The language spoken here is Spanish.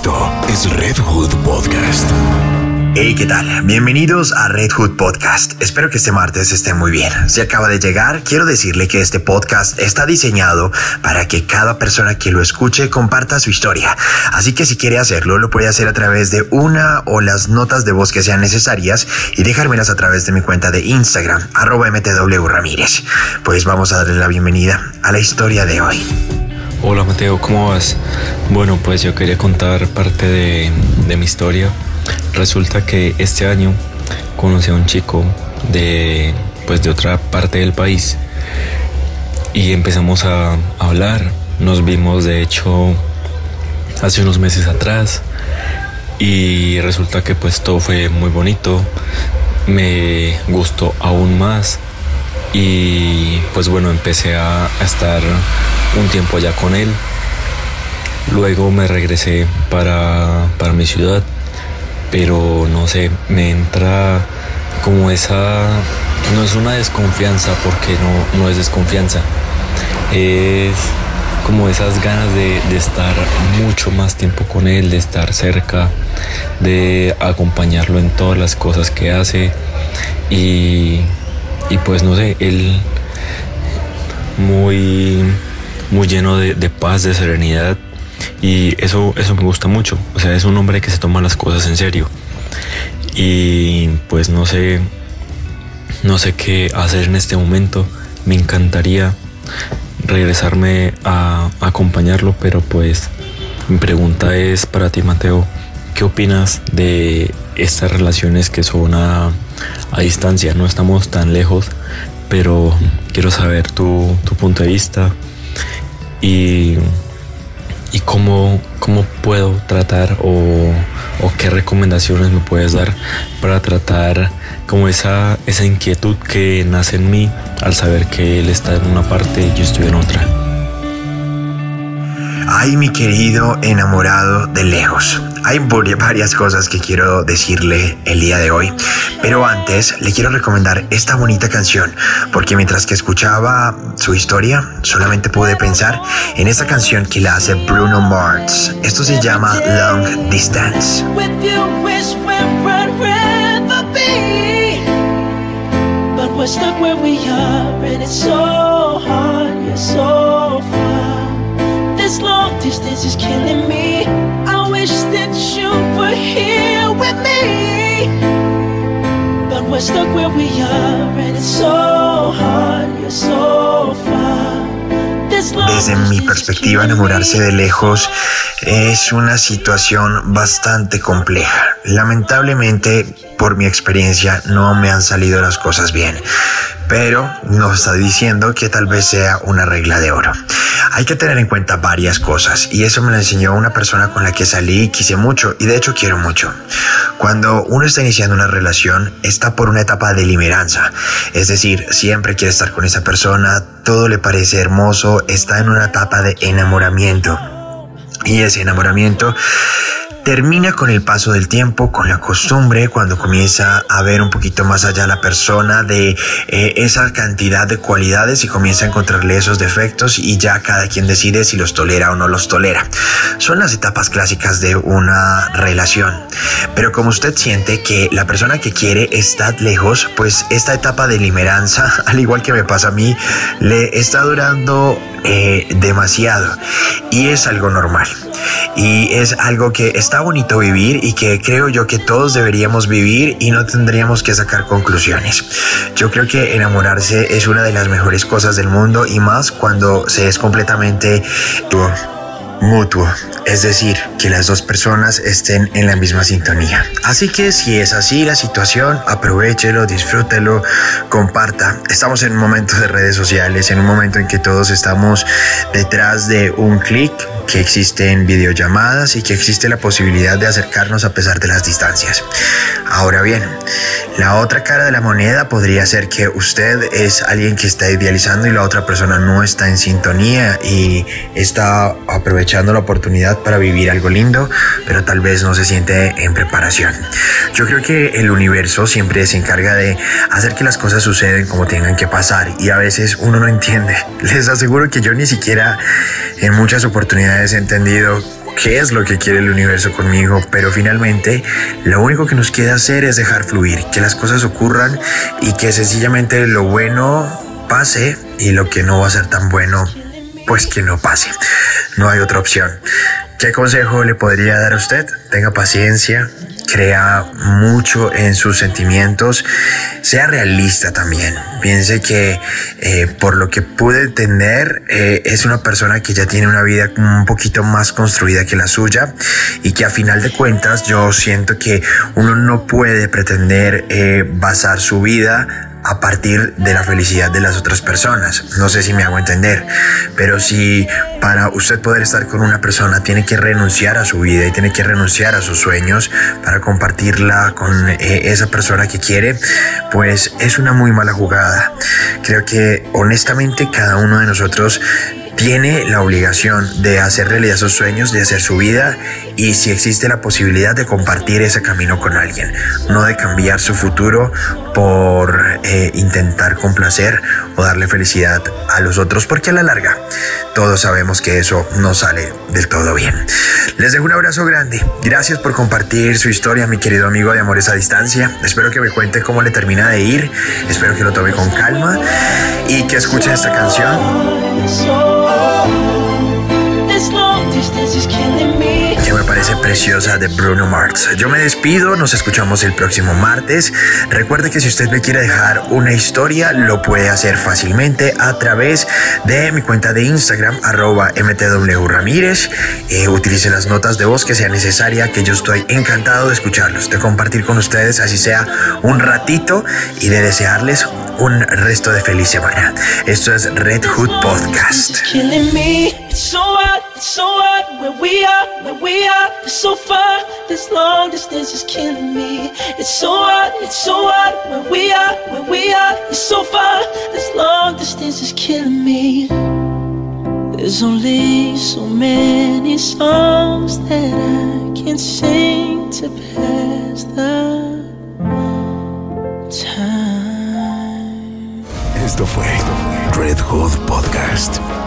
Esto es Red Hood Podcast. Hey, ¿qué tal? Bienvenidos a Red Hood Podcast. Espero que este martes estén muy bien. Si acaba de llegar, quiero decirle que este podcast está diseñado para que cada persona que lo escuche comparta su historia. Así que si quiere hacerlo, lo puede hacer a través de una o las notas de voz que sean necesarias y dejármelas a través de mi cuenta de Instagram, @mtwramírez. Pues vamos a darle la bienvenida a la historia de hoy. Hola Mateo, ¿cómo vas? Bueno, pues yo quería contar parte de mi historia. Resulta que este año conocí a un chico de otra parte del país y empezamos a hablar. Nos vimos de hecho hace unos meses atrás y resulta que pues todo fue muy bonito. Me gustó aún más y pues bueno, empecé a estar un tiempo allá con él. Luego me regresé para mi ciudad, pero no sé, me entra como esa, no es una desconfianza, porque no es desconfianza, es como esas ganas de estar mucho más tiempo con él, de estar cerca, de acompañarlo en todas las cosas que hace y pues no sé, él muy lleno de paz, de serenidad. Y eso me gusta mucho. O sea, es un hombre que se toma las cosas en serio. Y pues no sé qué hacer en este momento. Me encantaría regresarme a acompañarlo, pero pues mi pregunta es para ti, Mateo. ¿Qué opinas de estas relaciones que son a distancia? No estamos tan lejos, pero quiero saber tu punto de vista y cómo puedo tratar o qué recomendaciones me puedes dar para tratar como esa inquietud que nace en mí al saber que él está en una parte y yo estoy en otra. Ay, mi querido enamorado de lejos. Hay varias cosas que quiero decirle el día de hoy, pero antes le quiero recomendar esta bonita canción, porque mientras que escuchaba su historia, solamente pude pensar en esta canción que la hace Bruno Mars. Esto se llama Long Distance. This long distance is killing me. I wish that you were here with me, but we're stuck where we are, and it's so hard, you're so far. Desde mi perspectiva, enamorarse de lejos es una situación bastante compleja. Lamentablemente, por mi experiencia, no me han salido las cosas bien, pero nos está diciendo que tal vez sea una regla de oro. Hay que tener en cuenta varias cosas, y eso me lo enseñó una persona con la que salí y quise mucho, y de hecho quiero mucho. Cuando uno está iniciando una relación, está por una etapa de limeranza, es decir, siempre quiere estar con esa persona, todo le parece hermoso, está en una etapa de enamoramiento, y ese enamoramiento termina con el paso del tiempo, con la costumbre, cuando comienza a ver un poquito más allá la persona de esa cantidad de cualidades y comienza a encontrarle esos defectos y ya cada quien decide si los tolera o no los tolera. Son las etapas clásicas de una relación. Pero como usted siente que la persona que quiere está lejos, pues esta etapa de limeranza, al igual que me pasa a mí, le está durando demasiado y es algo normal. Y es algo que está bonito vivir y que creo yo que todos deberíamos vivir y no tendríamos que sacar conclusiones. Yo creo que enamorarse es una de las mejores cosas del mundo y más cuando se es completamente mutuo, es decir, que las dos personas estén en la misma sintonía. Así que si es así la situación, aprovéchelo, disfrútelo, comparta. Estamos en un momento de redes sociales, en un momento en que todos estamos detrás de un clic, que existen videollamadas y que existe la posibilidad de acercarnos a pesar de las distancias. Ahora bien, la otra cara de la moneda podría ser que usted es alguien que está idealizando y la otra persona no está en sintonía y está aprovechando la oportunidad para vivir algo lindo, pero tal vez no se siente en preparación. Yo creo que el universo siempre se encarga de hacer que las cosas suceden como tengan que pasar y a veces uno no entiende. Les aseguro que yo ni siquiera en muchas oportunidades he entendido qué es lo que quiere el universo conmigo, pero finalmente lo único que nos queda hacer es dejar fluir, que las cosas ocurran y que sencillamente lo bueno pase y lo que no va a ser tan bueno, pues que no pase. No hay otra opción. ¿Qué consejo le podría dar a usted? Tenga paciencia, crea mucho en sus sentimientos, sea realista también. Piense que por lo que pude entender, es una persona que ya tiene una vida un poquito más construida que la suya y que a final de cuentas yo siento que uno no puede pretender basar su vida a partir de la felicidad de las otras personas. No sé si me hago entender, pero si para usted poder estar con una persona tiene que renunciar a su vida y tiene que renunciar a sus sueños para compartirla con esa persona que quiere, pues es una muy mala jugada. Creo que honestamente cada uno de nosotros tiene la obligación de hacer realidad sus sueños, de hacer su vida, y si existe la posibilidad de compartir ese camino con alguien, no de cambiar su futuro por intentar complacer o darle felicidad a los otros, porque a la larga todos sabemos que eso no sale del todo bien. Les dejo un abrazo grande. Gracias por compartir su historia, mi querido amigo de Amores a Distancia. Espero que me cuente cómo le termina de ir. Espero que lo tome con calma y que escuche esta canción que me parece preciosa, de Bruno Mars. Yo me despido, nos escuchamos el próximo martes. Recuerde que si usted me quiere dejar una historia, lo puede hacer fácilmente a través de mi cuenta de Instagram, @mtwramírez. Utilice las notas de voz que sea necesaria, que yo estoy encantado de escucharlos, de compartir con ustedes, así sea un ratito, y de desearles un resto de feliz semana. Esto es Red Hood Podcast. It's so hard where we are, it's so far, this long distance is killing me. It's so hard where we are, it's so far, this long distance is killing me. There's only so many songs that I can sing to pass the time. Esto fue Red Hood Podcast.